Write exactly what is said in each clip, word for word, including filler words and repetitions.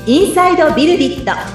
インサイドビルディット。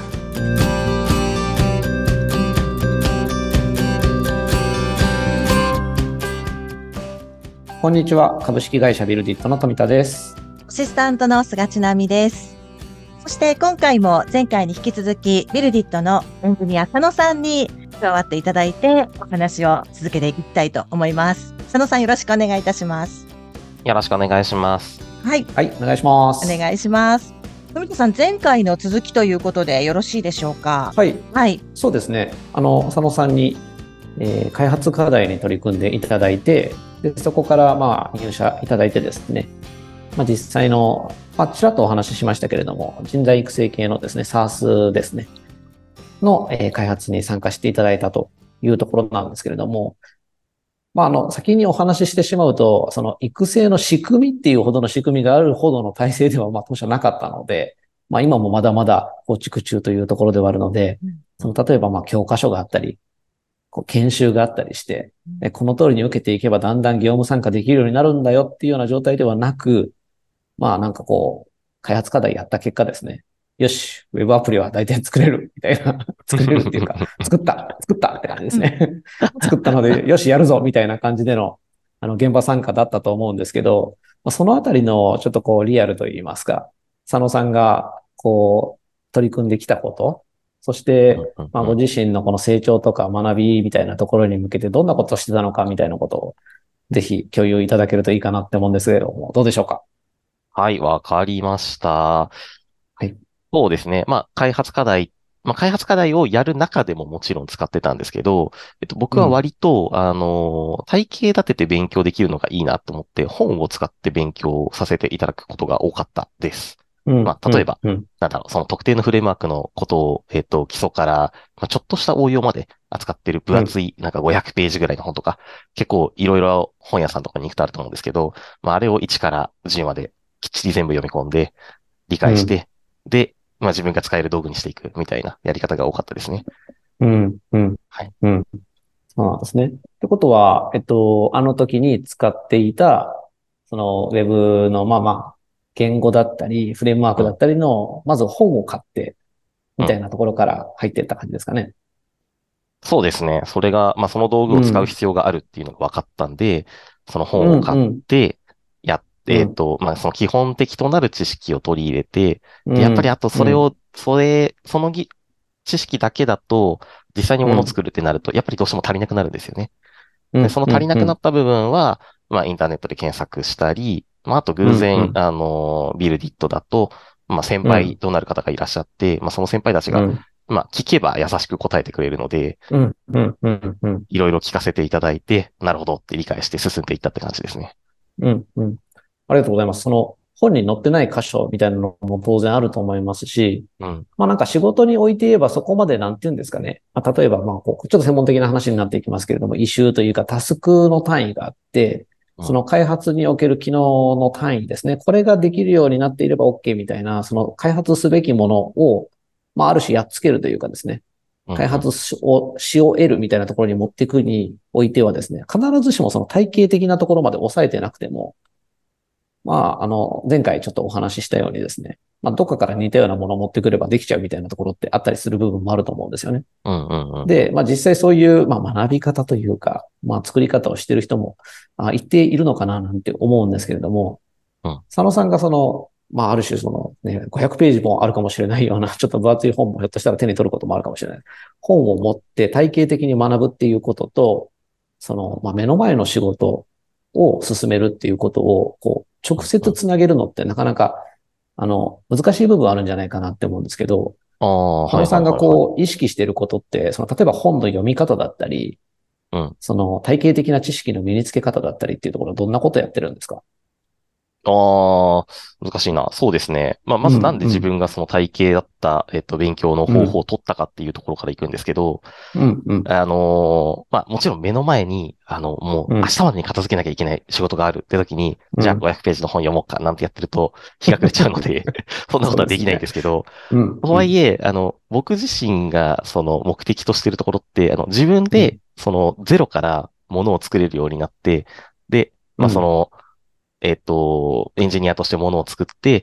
こんにちは。株式会社ビルディットの富田です。 アシスタントの菅千奈美です。そして今回も前回に引き続きビルディットのエンジニア佐野さんに加わっていただいてお話を続けていきたいと思います。佐野さん、よろしくお願いいたします。 よろしくお願いします。 はい。 はい、お願いします。 お願いします。富田さん、前回の続きということでよろしいでしょうか。 はい。 はい。 そうですね。あの、佐野さんに、えー開発課題に取り組んでいただいて、でそこからまあ入社いただいてですね、まあ、実際の、まあ、ちらっとお話ししましたけれども、人材育成系のですね、SaaS ですね、の、えー開発に参加していただいたというところなんですけれども、まあ、あの、先にお話ししてしまうと、その育成の仕組みっていうほどの仕組みがあるほどの体制では、まあ、当初なかったので、まあ、今もまだまだ構築中というところではあるので、その、例えば、まあ、教科書があったり、こう研修があったりして、でこの通りに受けていけばだんだん業務参加できるようになるんだよっていうような状態ではなく、まあなんかこう、開発課題やった結果ですね。よし、ウェブアプリは大体作れるみたいな、作れるっていうか、作った、作ったって感じですね。作ったので、よし、やるぞみたいな感じでの、あの、現場参加だったと思うんですけど、まあそのあたりのちょっとこう、リアルといいますか、佐野さんがこう、取り組んできたこと、そして、まあ、ご自身のこの成長とか学びみたいなところに向けてどんなことをしてたのかみたいなことをぜひ共有いただけるといいかなって思うんですけれども、どうでしょうか？ はい、わかりました。 はい。 そうですね。まあ、開発課題、まあ、開発課題をやる中でももちろん使ってたんですけど、えっと、僕はうん。 割と、あの、体系立てて勉強できるのがいいなと思って、本を使って勉強させていただくことが多かったです。 うん。 まあ、例えば、 うん。 なんだろう、その特定のフレームワークのことを、えっと、基礎から、まあ、ちょっとした応用まで扱ってる分うん。 厚い、なんかごひゃくページぐらいの本とか、結構いろいろ本屋さんとかに行くとあると思うんですけど、まあ、あれをいちからじまできっちり全部読み込んで、理うん。 解して、で、まあ、自分が使える道具にしていくみたいなやり方が多かったですね。 うん。うん。 はい。 うん。そうなんですね。ってことは、えっと、あの時に使っていた、そのウェブの、まあまあ、言語だったり、フレームワーうん、 クだったりの、まず本を買って、 うん。 みたいなところから入っていった感じですかね。 そうですね。それが、まあ、その道具を使ううん。 必要があるっていうのが分かったんで、そのうん。 本を買っうん。 て、やって、えっうん。 と、まあ、その基本的となる知識を取り入れて、で、やっぱりうん。 あとうん。 それを、それ、そのぎ知識だけだと、実際にうん。 物を作るってなると、やっぱりどうしても足りなくなるんですよね。で、 うん。 その足りうん。うん。 なくなった部分は、まあ、インターネットで検索したり、まあ、あとうん。う偶然、 ん。 あの、ビルディットだと、まあ、先うん。 輩となる方がいらっしゃって、まあ、その先輩たちが、 うん。 まあ、聞けば優しく答えてくれるので、 うん。うん。うん。うん。 いろいろ聞かせていただいて、なるほどって理解して進んでいったって感じですね。 うん。うん。ありがとうございます。その本に載ってない箇所みたいなのも当然あると思いますし、 うん。 まあなんか仕事において言えばそこまでなんて言うんですかね。まあ、例えばまあこうちょっと専門的な話になっていきますけれども、イシューというかタスクの単位があって、 うん。 その開発における機能の単位ですね。これができるようになっていれば OK みたいな、その開発すべきものを、まあある種やっつけるというかですね。 うん。 開うん。 発をし終えるみたいなところに持っていくにおいてはですね、必ずしもその体系的なところまで抑えてなくても、まあ、あの、前回ちょっとお話ししたようにですね、まあ、どっかから似たようなものを持ってくればできちゃうみたいなところってあったりする部分もあると思うんですよね。 うん。うん。うん。 で、まあ実際そういう、まあ学び方というか、まあ作り方をしている人も、あ、一定いるのかななんて思うんですけれども、 うん。 佐野さんがその、まあある種そのね、ごひゃくページもあるかもしれないような、ちょっと分厚い本もひょっとしたら手に取ることもあるかもしれない。本を持って体系的に学ぶっていうことと、その、まあ目の前の仕事を進めるっていうことを、こう、直接うん。 つなげるのってなかなか、あの、難しい部分あるんじゃないかなって思うんですけど、 ああ、はいは佐野さんがいはいはい。 こう、意識していることって、その、例えば本の読み方だったり、 うん。 その、体系的な知識の身につけ方だったりっていうところ、どんなことやってるんですか？ ああ、難しいな。そうですね。まあ、まうん、 ずなんでうん、 自分がその体系だった、えっと、勉強のうん、 方法を取ったかっていうところからいくんですけど、 うん、うん、 あのーまあ、もちろん目の前に、あの、もう明うん、 日までに片付けなきゃいけない仕事があるって時に、じゃあうん、 ごひゃくページの本読もうかなんてやってると日が暮れちゃうのでそんなことはできないんそうですね。 ですけど、 うん、うん、 とはいえ、あの、僕自身がその目的としているところって、あの、自分うん、 でそのゼロからものを作れるようになって、で、 うん、 まあその、えっと、エンジニアとしてものを作って、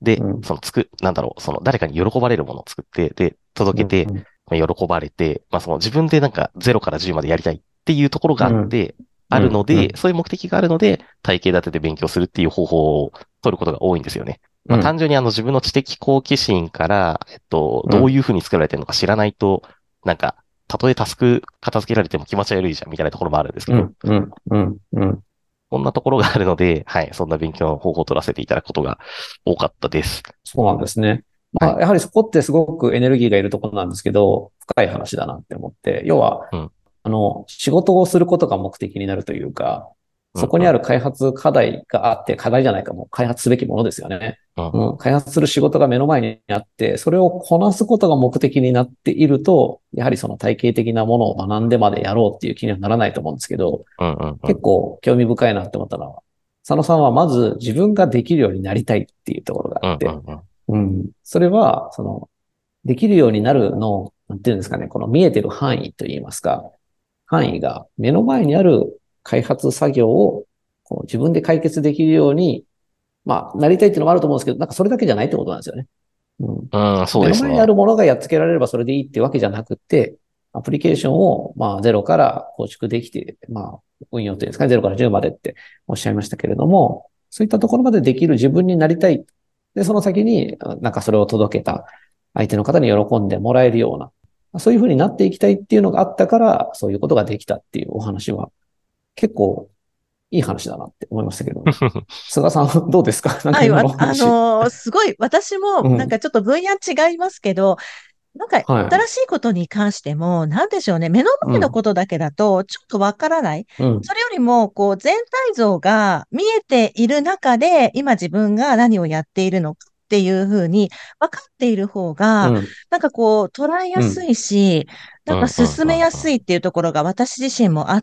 で、 うんそのつく、なんだろう、その誰かに喜ばれるものを作って、で、届けて、 うんまあ喜ばれて、まあその自分でなんかゼロからじゅうまでやりたいっていうところがあって、あるので、 うんうんそういう目的があるので、体系立てて勉強するっていう方法を取ることが多いんですよね。まあ単純にあの自分の知的好奇心から、えっと、どういうふうに作られてるのか知らないと、なんか、たとえタスク片付けられても気持ち悪いじゃんみたいなところもあるんですけど、 うんうんうんうんこんなところがあるので、はい、そんな勉強の方法を取らせていただくことが多かったです。 そうなんですね。 はい。 まあ、やはりそこってすごくエネルギーがいるところなんですけど、深い話だなって思って、要は、 うん、 あの、仕事をすることが目的になるというか、 うん、うん、 そこにある開発課題があって、課題じゃないかもう開発すべきものですよね。 うん、 うん、開発する仕事が目の前にあって、それをこなすことが目的になっていると、やはりその体系的なものを学んでまでやろうっていう気にはならないと思うんですけど、 うん、うん、うん、 結構興味深いなって思ったのは、佐野さんはまず自分ができるようになりたいっていうところがあうん、うって、 ん、 うん。それは、その、できるようになるの、なんていうんですかね、この見えてる範囲といいますか、範囲が目の前にある開発作業をこう自分で解決できるように、まあ、なりたいっていうのもあると思うんですけど、なんかそれだけじゃないってことなんですよね。うん。 うん、そう目のですね。 前にあるものがやっつけられればそれでいいってわけじゃなくて、アプリケーションを、まあ、ゼロから構築できて、まあ、運用というんですかね、ゼロからじゅうまでっておっしゃいましたけれども、そういったところまでできる自分になりたい。で、その先になんかそれを届けた相手の方に喜んでもらえるような、そういうふうになっていきたいっていうのがあったから、そういうことができたっていうお話は、結構いい話だなって思いましたけど、菅さんどうですか？なんはい、 か今わ、あのお話。 のーすごい、私も、 うん。 なんかちょっと分野違いますけど、なんか、 はい。 新しいことに関しても、なんでしょうね。目の前のうん。 ことだけだと、ちょっとわからない。 うん。 それよりも、こう、全体像が見えている中で、今自分が何をやっているのかっていうふうに分かっている方が、 うん。 なんかこう、捉えうん。 やすいし、なんかうん、うん、うん、 進めやすいっていうところが私自身もあって、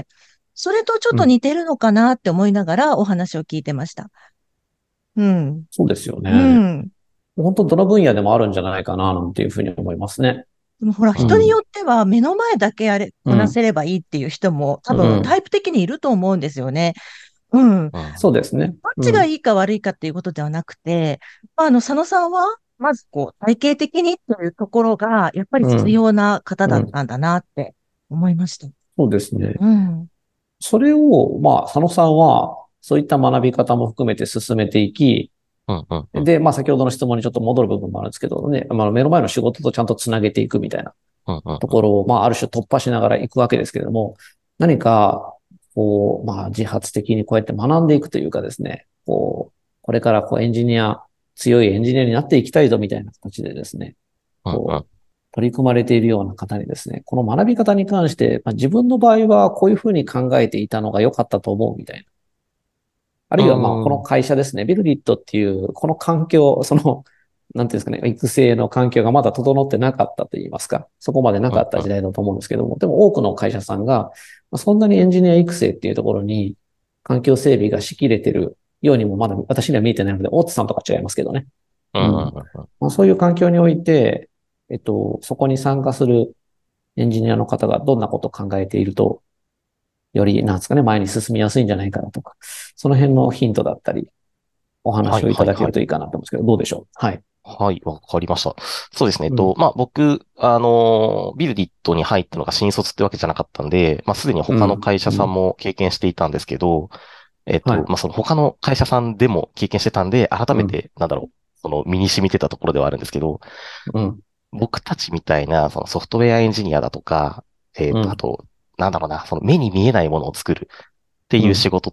それとちょっとうん。 似てるのかなって思いながらお話を聞いてました。うん。 そうですようね。 ん。 本当どの分野でもあるんじゃないかな、なんていうふうに思いますね。 でもほら、 うん。 人によっては目の前だけやれ、こなうん。 せればいいっていう人も多うん。 分タイプ的にいると思うんですよね。うん。どっうん。 そうですね。 ちがうん。 いいか悪いかっていうことではなくて、まあ、あの、佐野さんは、まずこう、体系的にというところが、やっぱり必うん。 要な方だうん。 ったんだなって思いました。 そうですね。 うん。 それを、まあ、佐野さんは、そういった学び方も含めて進めていき、 うん、うん、うん、 で、まあ、先ほどの質問にちょっと戻る部分もあるんですけどね、まあ、目の前の仕事とちゃんとつなげていくみたいなうん、うん、 ところを、まあ、ある種突破しながら行くわけですけれども、何か、こう、まあ、自発的にこうやって学んでいくというかですね、こう、これからこうエンジニア、強いエンジニアになっていきたいぞみたいな形でですね、 うん、うん。 こう、取り組まれているような方にですね、この学び方に関して、まあ、自分の場合はこういうふうに考えていたのが良かったと思うみたいな。あるいはまあ、この会社ですね、ビルディットっていう、この環境、その、なんていうんですかね、育成の環境がまだ整ってなかったと言いますか、そこまでなかった時代だと思うんですけども、でも多くの会社さんが、そんなにエンジニア育成っていうところに、環境整備がしきれてるようにもまだ私には見えてないので、大津さんとか違いますけどね。 うん、 うん。 うん、 まあ、そういう環境において、えっと、そこに参加するエンジニアの方がどんなことを考えていると、より、なんですかね、前に進みやすいんじゃないかなとか、その辺のヒントだったり、おはい、 話をいたはい、はい。 だけるといいかなと思うんですけど、どうでしょう？はい。 はい、わかりました。そうですね。えっうん。 と、まあ、僕、あの、ビルディットに入ったのが新卒ってわけじゃなかったんで、まあ、すでに他のうん。 会社さんうん。 も経験していたんですけど、えっと、 はい。 まあ、その他の会社さんでも経験してたんで、改うん。 めて、なんだろう、その身に染みてたところではあるんですけど、 うん。 僕たちみたいな、そのソフトウェアエンジニアだとか、えっと、あうん。 と、なんだろうな、その目に見えないものを作るってうん。 いう仕事って、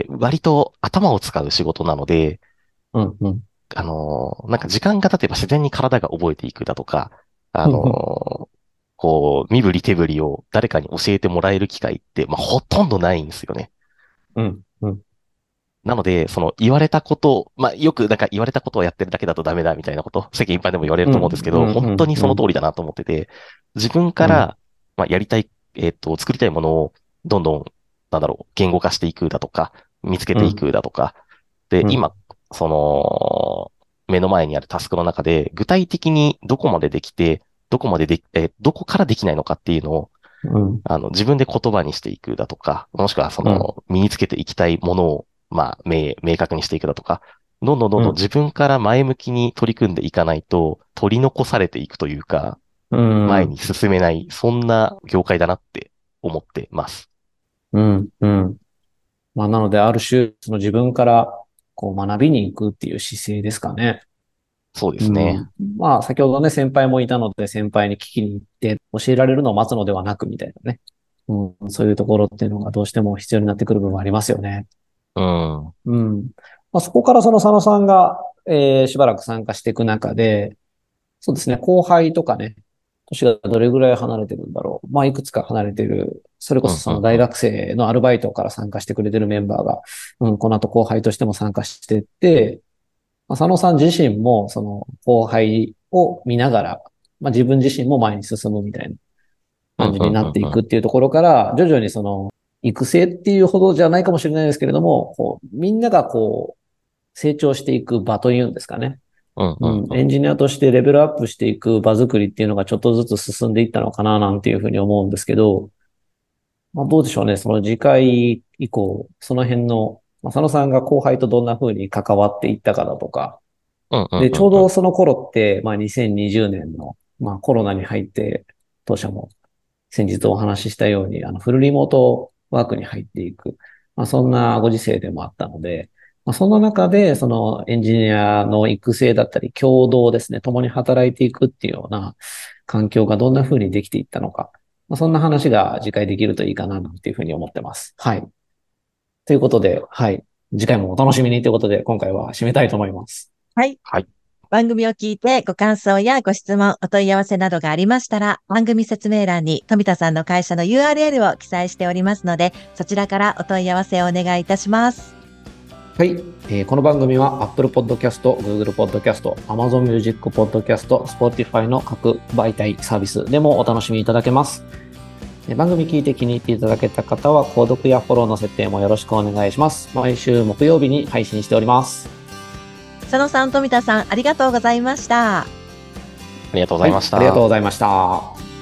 割と頭を使う仕事なので、 うん。うん。 あの、なんか時間が経てば自然に体が覚えていくだとか、あうん。 の、こう、身振り手振りを誰かに教えてもらえる機会って、まあ、ほとんどないんですよね。 うん。うん。 なので、その言われたことを、まあ、よくなんか言われたことをやってるだけだとダメだみたいなこと、世間一般でも言われると思うんですけど、 うん。 本当にそのうん。 通りだなと思ってて、自分かうん。 ら、まあ、やりたい、えっと、作りたいものをどんどん、なんだろう、言語化していくだとか、見つけていうん。 くだとか、で、 うん。 今、その、目の前にあるタスクの中で、具体的にどこまでできて、どこまででき、えーどこからできないのかっていうのを、 うん。 あの、自分で言葉にしていくだとか、もしくはそうん。 の、身につけていきたいものを、まあ、明、明確にしていくだとか、 どんどんどんどうんん自分から前向きに取り組んでいかないと、取り残されていくというか、 うん前に進めない、そんな業界だなって思ってます。 うん、うん。まあ、なので、ある種、その自分からこう学びに行くっていう姿勢ですかね。 そうでうすね。 ん。まあ、先ほどね、先輩もいたので、先輩に聞きに行って教えられるのを待つのではなくみたいなね。うん。そういうところっていうのがどうしても必要になってくる部分はありますよね。 うん。 うん。まあ、そこからその佐野さんが、えーしばらく参加していく中で、そうですね、後輩とかね、年がどれぐらい離れてるんだろう。まあ、いくつか離れてる、それこうん、 そそのうん、うん。 大学生のアルバイトから参加してくれてるメンバーが、うん、この後後輩としても参加してって、まあ、佐野さん自身もその後輩を見ながら、まあ、自分自身も前に進むみたいなうん、 感じうん、うん、 になっていうん。 くっていうところから、徐々にその育成っていうほどじゃないかもしれないですけれども、こう、みんながこう、成長していく場というんですかね。 うん、うん、 うん、 うん。 エンジニアとしてレベルアップしていく場作りっていうのがちょっとずつ進んでいったのかななんていうふうに思うんですけど、まあ、どうでしょうね。その次回以降、その辺の、まあ、佐野さんが後輩とどんな風に関わっていったかだとか、 うん、うん、 で、 うん。うん。 ちょうどその頃って、まあにせんにじゅうねんの、まあコロナに入って、当社も先日お話ししたように、あの、フルリモートワークに入っていく、まあそんなご時世でもあったので、まあその中で、そのエンジニアの育成だったり、共同ですね、共に働いていくっていうような環境がどんな風にできていったのか、まあそんな話が次回できるといいかな、なんていうふうに思ってます。はい。ということで、はい。次回もお楽しみにということで、今回は締めたいと思います。 はい。 はい。 番組を聞いてご感想やご質問、お問い合わせなどがありましたら、番組説明欄に富田さんの会社の ユーアールエル を記載しておりますので、そちらからお問い合わせをお願いいたします。 はい、えーこの番組は Apple Podcast、Google Podcast、Amazon Music Podcast、Spotify の各媒体サービスでもお楽しみいただけます。えー番組聞いて気に入っていただけた方は、購読やフォローの設定もよろしくお願いします。毎週木曜日に配信しております。 佐野さん、富田さん、ありがとうございました。 ありがとうごはい、 ざいました。 ありがとうございました。